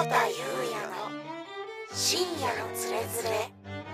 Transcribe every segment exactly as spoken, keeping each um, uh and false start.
田裕也の深夜のつれづれ。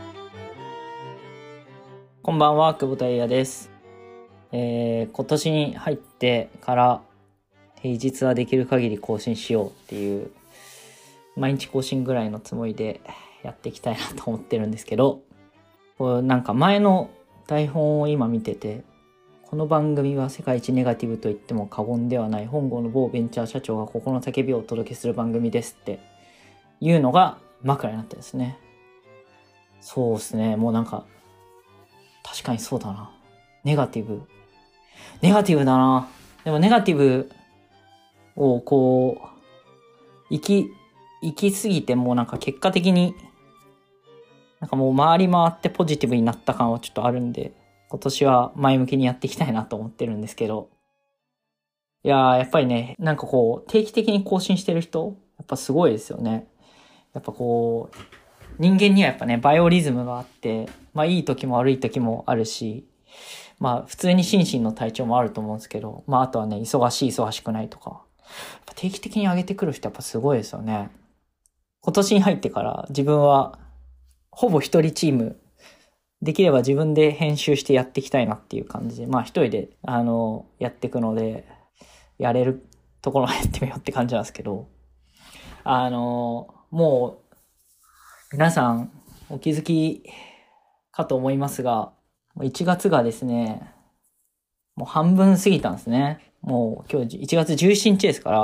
こんばんは、久保田裕也です。えー、今年に入ってから平日はできる限り更新しようっていう毎日更新ぐらいのつもりでやっていきたいなと思ってるんですけど、こうなんか前の台本を今見てて、この番組は世界一ネガティブと言っても過言ではない本郷の某ベンチャー社長がここの叫びをお届けする番組ですっていうのが枕になってるんですね。そうですね。もうなんか確かにそうだな。ネガティブ。ネガティブだな。でもネガティブをこう、行き、行き過ぎてもうなんか結果的になんかもう回り回ってポジティブになった感はちょっとあるんで、今年は前向きにやっていきたいなと思ってるんですけど。いやー、やっぱりね、なんかこう、定期的に更新してる人、やっぱすごいですよね。やっぱこう、人間にはやっぱね、バイオリズムがあって、まあいい時も悪い時もあるし、まあ普通に心身の体調もあると思うんですけど、まああとはね、忙しい忙しくないとか、やっぱ定期的に上げてくる人やっぱすごいですよね。今年に入ってから自分はほぼ一人チーム、できれば自分で編集してやっていきたいなっていう感じで、まあ一人であのやっていくので、やれるところまでやってみようって感じなんですけど、あのもう皆さんお気づきかと思いますが、いちがつがですね、もう半分過ぎたんですね。もう今日いちがつじゅうしちにちですから、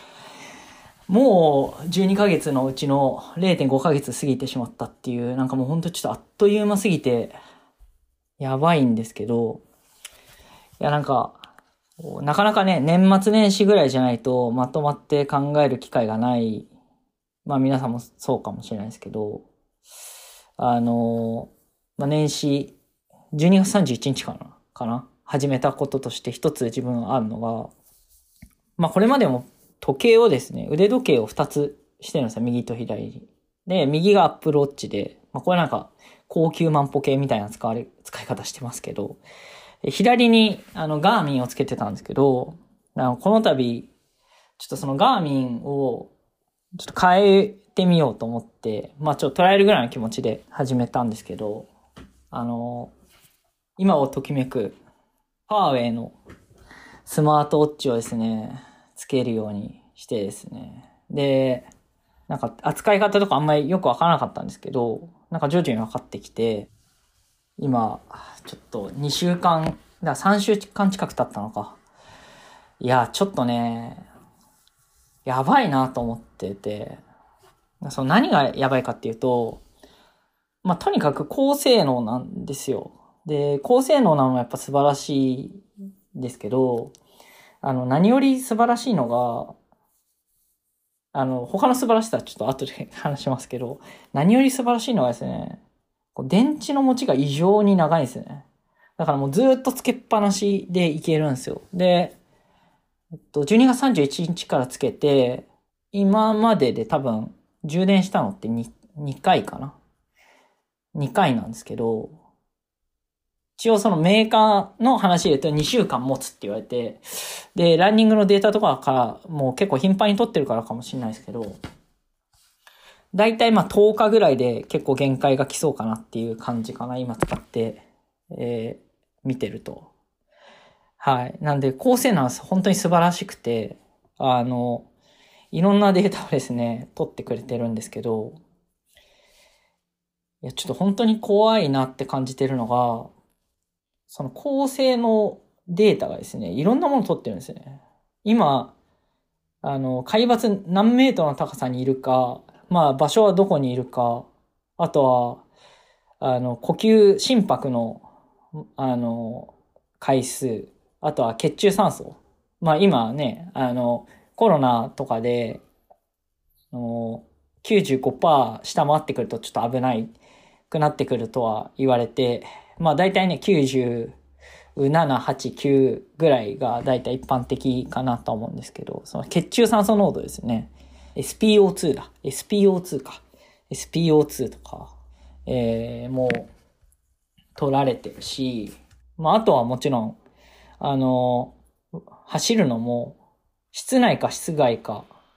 もうじゅうにかげつのうちの れいてんごかげつ過ぎてしまったっていう、なんかもうほんとちょっとあっという間すぎてやばいんですけど、いやなんかなかなかね、年末年始ぐらいじゃないとまとまって考える機会がない。まあ皆さんもそうかもしれないですけど、あの、まあ年始、じゅうにがつさんじゅういちにちかな、かな始めたこととして一つ自分あるのが、まあこれまでも時計をですね、腕時計をふたつしてるんですよ、右と左に。で、右がアップルウォッチで、まあこれなんか高級万歩計みたいな使われ、使い方してますけど、左にあのガーミンをつけてたんですけど、あのこの度、ちょっとそのガーミンをちょっと変えてみようと思って、まあちょっとトライアルぐらいの気持ちで始めたんですけど、あの、今をときめくファーウェイのスマートウォッチをですね、つけるようにしてですね。で、なんか扱い方とかあんまりよくわからなかったんですけど、なんか徐々に分かってきて、今、ちょっとにしゅうかん、だからさんしゅうかん近く経ったのか。いや、ちょっとね、やばいなと思ってて、その何がやばいかっていうと、まあ、とにかく高性能なんですよ。で、高性能なのもやっぱ素晴らしいんですけど、あの、何より素晴らしいのが、あの、他の素晴らしさはちょっと後で話しますけど、何より素晴らしいのはですね、こう電池の持ちが異常に長いんですよね。だからもうずーっとつけっぱなしでいけるんですよ。で、えっと、じゅうにがつさんじゅういちにちからつけて、今までで多分充電したのって 2, にかいかな ?に 回なんですけど、一応そのメーカーの話で言うとにしゅうかん持つって言われて、で、ランニングのデータとかからもう結構頻繁に取ってるからかもしれないですけど、だいたいまあとおかぐらいで結構限界が来そうかなっていう感じかな、今使って、えー、見てると。はい。なんで、高性能は本当に素晴らしくて、あの、いろんなデータをですね、取ってくれてるんですけど、いや、ちょっと本当に怖いなって感じてるのが、その高性能データがですね、いろんなものを取ってるんですよね。今、あの、海抜何メートルの高さにいるか、まあ場所はどこにいるか、あとは、あの、呼吸、心拍の、あの、回数、あとは血中酸素。まあ今ね、あの、コロナとかで、あの きゅうじゅうごパーセント 下回ってくるとちょっと危ないくなってくるとは言われて、まあ大体ね、きゅうじゅうなな、はち、きゅうぐらいが大体一般的かなと思うんですけど、その血中酸素濃度ですね。エスピーオーツー だ。エスピーオーツー か。エスピーオーツー とか、えー、もう、取られてるし、まああとはもちろん、あの、走るのも、室内か室外か、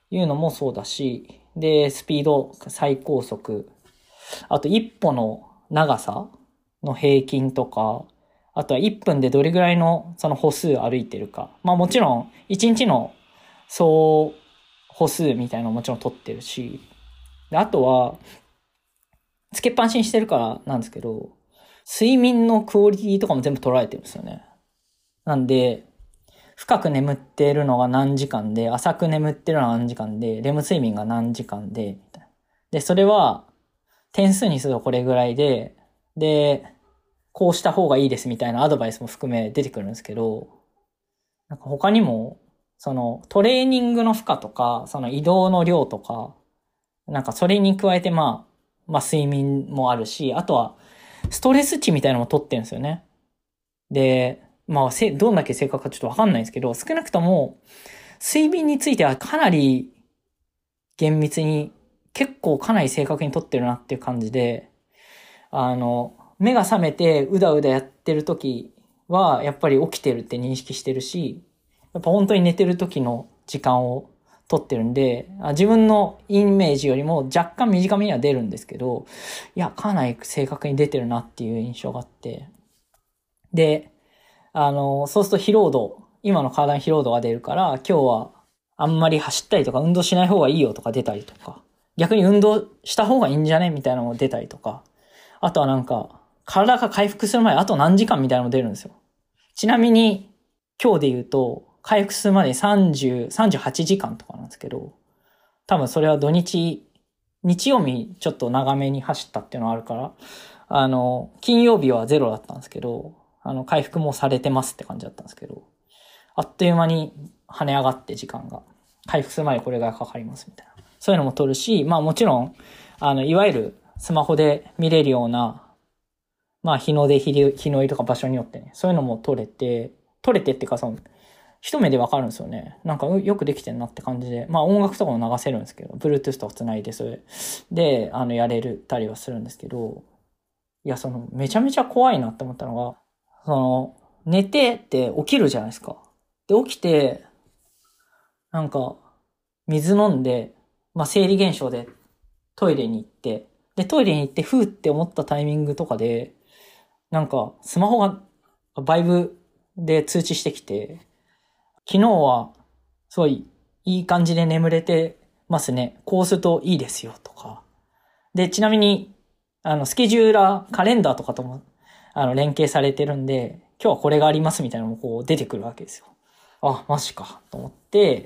いうのもそうだし、で、スピード、最高速、あと一歩の長さの平均とか、あとはいっぷんでどれぐらいのその歩数歩いてるか。まあもちろんいちにちの総歩数みたいなのももちろん取ってるし、であとは、つけっぱなしにしてるからなんですけど、睡眠のクオリティとかも全部取られてるんですよね。なんで、深く眠ってるのが何時間で、浅く眠ってるのが何時間で、レム睡眠が何時間で、みたいな。で、それは、点数にするとこれぐらいで、で、こうした方がいいですみたいなアドバイスも含め出てくるんですけど、なんか他にも、そのトレーニングの負荷とか、その移動の量とか、なんかそれに加えてまあ、まあ睡眠もあるし、あとはストレス値みたいなのも取ってるんですよね。で、まあ、せ、どんだけ正確かちょっとわかんないんですけど、少なくとも、睡眠についてはかなり厳密に、結構かなり正確にとってるなっていう感じで、あの、目が覚めてうだうだやってる時は、やっぱり起きてるって認識してるし、やっぱ本当に寝てる時の時間を取ってるんで、自分のイメージよりも若干短めには出るんですけど、いや、かなり正確に出てるなっていう印象があって、で、あの、そうすると疲労度、今の体の疲労度が出るから、今日はあんまり走ったりとか運動しない方がいいよとか出たりとか、逆に運動した方がいいんじゃねみたいなのも出たりとか、あとはなんか、体が回復する前あと何時間みたいなのも出るんですよ。ちなみに、今日で言うと、回復するまでさんじゅう、さんじゅうはちじかんとかなんですけど、多分それは土日、日曜日ちょっと長めに走ったっていうのがあるから、あの、金曜日はゼロだったんですけど、あの、回復もされてますって感じだったんですけど、あっという間に跳ね上がって時間が。回復する前にこれがかかりますみたいな。そういうのも取るし、まあもちろん、あの、いわゆるスマホで見れるような、まあ日の出、日の入りとか場所によってね、そういうのも取れて、取れてっていうかその、一目でわかるんですよね。なんかよくできてんなって感じで、まあ音楽とかも流せるんですけど、Bluetooth とか繋いでそれで、あの、やれるたりはするんですけど、いや、その、めちゃめちゃ怖いなって思ったのが、その、寝てって起きるじゃないですか。で、起きて、なんか、水飲んで、まあ、生理現象でトイレに行って、で、トイレに行って、ふーって思ったタイミングとかで、なんか、スマホが、バイブで通知してきて、昨日は、すごい、いい感じで眠れてますね。こうするといいですよ、とか。で、ちなみに、あの、スケジューラー、カレンダーとかとも、あの、連携されてるんで、今日はこれがありますみたいなのもこう出てくるわけですよ。あ、マジか、と思って、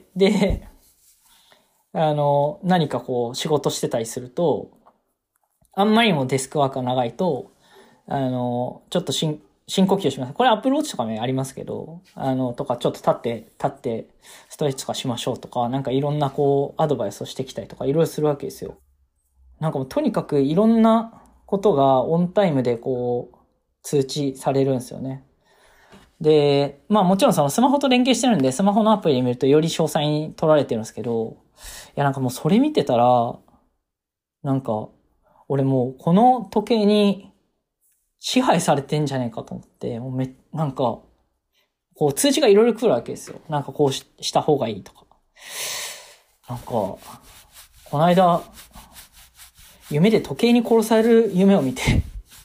で、あの、何かこう仕事してたりすると、あんまりにもデスクワークが長いと、あの、ちょっと深、深呼吸します。これアップローチとかもありますけど、あの、とかちょっと立って、立って、ストレッチとかしましょうとか、なんかいろんなこう、アドバイスをしてきたりとか、いろいろするわけですよ。なんかもうとにかくいろんなことがオンタイムでこう、通知されるんですよね。で、まあもちろんそのスマホと連携してるんで、スマホのアプリで見るとより詳細に取られてるんですけど、いやなんかもうそれ見てたら、なんか、俺もうこの時計に支配されてんじゃねえかと思って、もうめ、なんか、こう通知がいろいろ来るわけですよ。なんかこうし、した方がいいとか。なんか、この間、夢で時計に殺される夢を見て、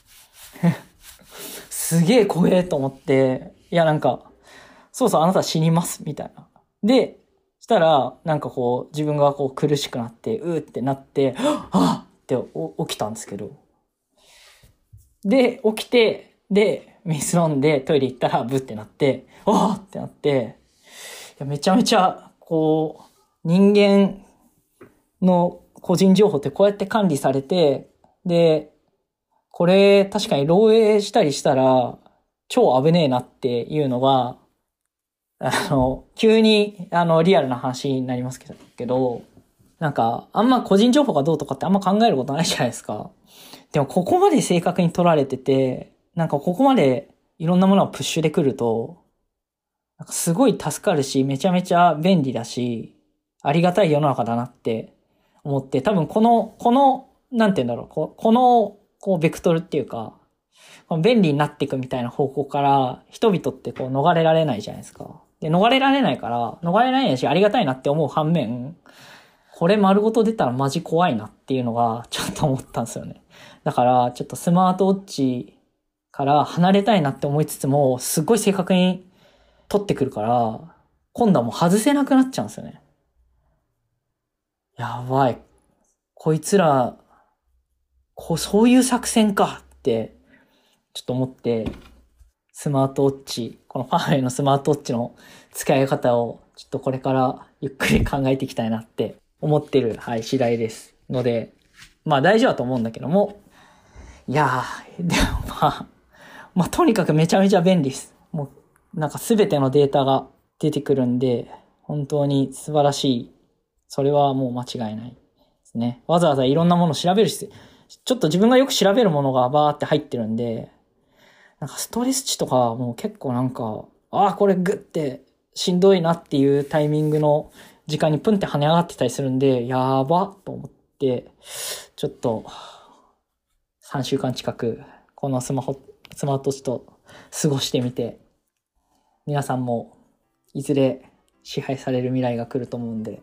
すげえ怖えと思って、いやなんか、そうそうあなた死にますみたいな。で、したら、なんかこう、自分がこう苦しくなって、うーってなって、はぁって起きたんですけど。で、起きて、で、水飲んでトイレ行ったらブーってなって、わーってなって、いやめちゃめちゃ、こう、人間の個人情報ってこうやって管理されて、で、これ確かに漏洩したりしたら超危ねえなっていうのが、あの、急にあのリアルな話になりますけど、なんかあんま個人情報がどうとかってあんま考えることないじゃないですか。でもここまで正確に取られてて、なんかここまでいろんなものがプッシュで来ると、なんかすごい助かるし、めちゃめちゃ便利だし、ありがたい世の中だなって思って、多分この、この、なんて言うんだろう、ここの、こう、ベクトルっていうか、便利になっていくみたいな方向から、人々ってこう、逃れられないじゃないですか。で、逃れられないから、逃れられないし、ありがたいなって思う反面、 これ丸ごと出たらマジ怖いなっていうのがちょっと思ったんですよね。だからちょっとスマートウォッチから離れたいなって思いつつも、すっごい正確に取ってくるから、今度はもう外せなくなっちゃうんですよね。やばい。こいつら、こう、そういう作戦かって、ちょっと思って、スマートウォッチ、このファーウェイのスマートウォッチの使い方を、ちょっとこれからゆっくり考えていきたいなって思ってる、はい、次第です。ので、まあ大丈夫だと思うんだけども、いやー、でもまあ、まあとにかくめちゃめちゃ便利です。もう、なんかすべてのデータが出てくるんで、本当に素晴らしい。それはもう間違いないですね。わざわざいろんなものを調べるし、ちょっと自分がよく調べるものがバーって入ってるんで、なんかストレス値とかもう結構なんか、ああ、これグッてしんどいなっていうタイミングの時間にプンって跳ね上がってたりするんで、やばと思って、ちょっとさんしゅうかん近くこのスマホ、スマートウォッチと過ごしてみて、皆さんもいずれ支配される未来が来ると思うんで、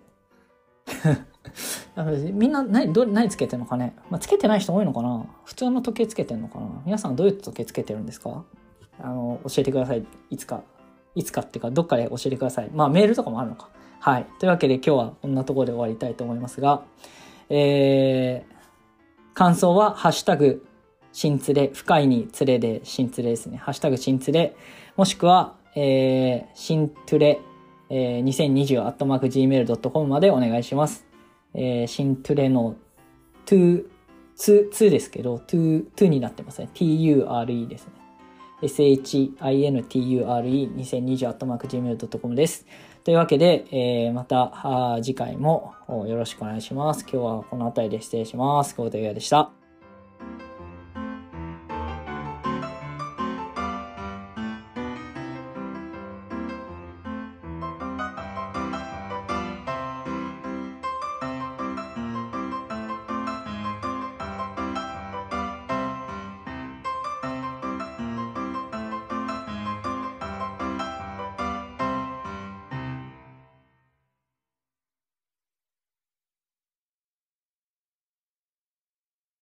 みんな何、ど、何つけてるのかね、まあ、つけてない人多いのかな。普通の時計つけてるのかな。皆さんどういう時計つけてるんですか？あの、教えてください。いつか。いつかっていうか、どっかで教えてください。まあ、メールとかもあるのか。はい。というわけで今日はこんなところで終わりたいと思いますが、えー、感想は、ハッシュタグ、新つれ、深いにつれで、新つれですね。ハッシュタグ、新つれ、もしくは、えー、新トゥレ、えー、にせんにじゅうアットマークジーメールドットコム までお願いします。えー、新トゥレのトゥ、ツーですけど、トゥ、トゥになってますね。ティーユーアールイー ですね。シントゥレ にせんにじゅうアットマークジーメールドットコム です。というわけで、えー、また次回もよろしくお願いします。今日はこの辺りで失礼します。久保田裕也でした。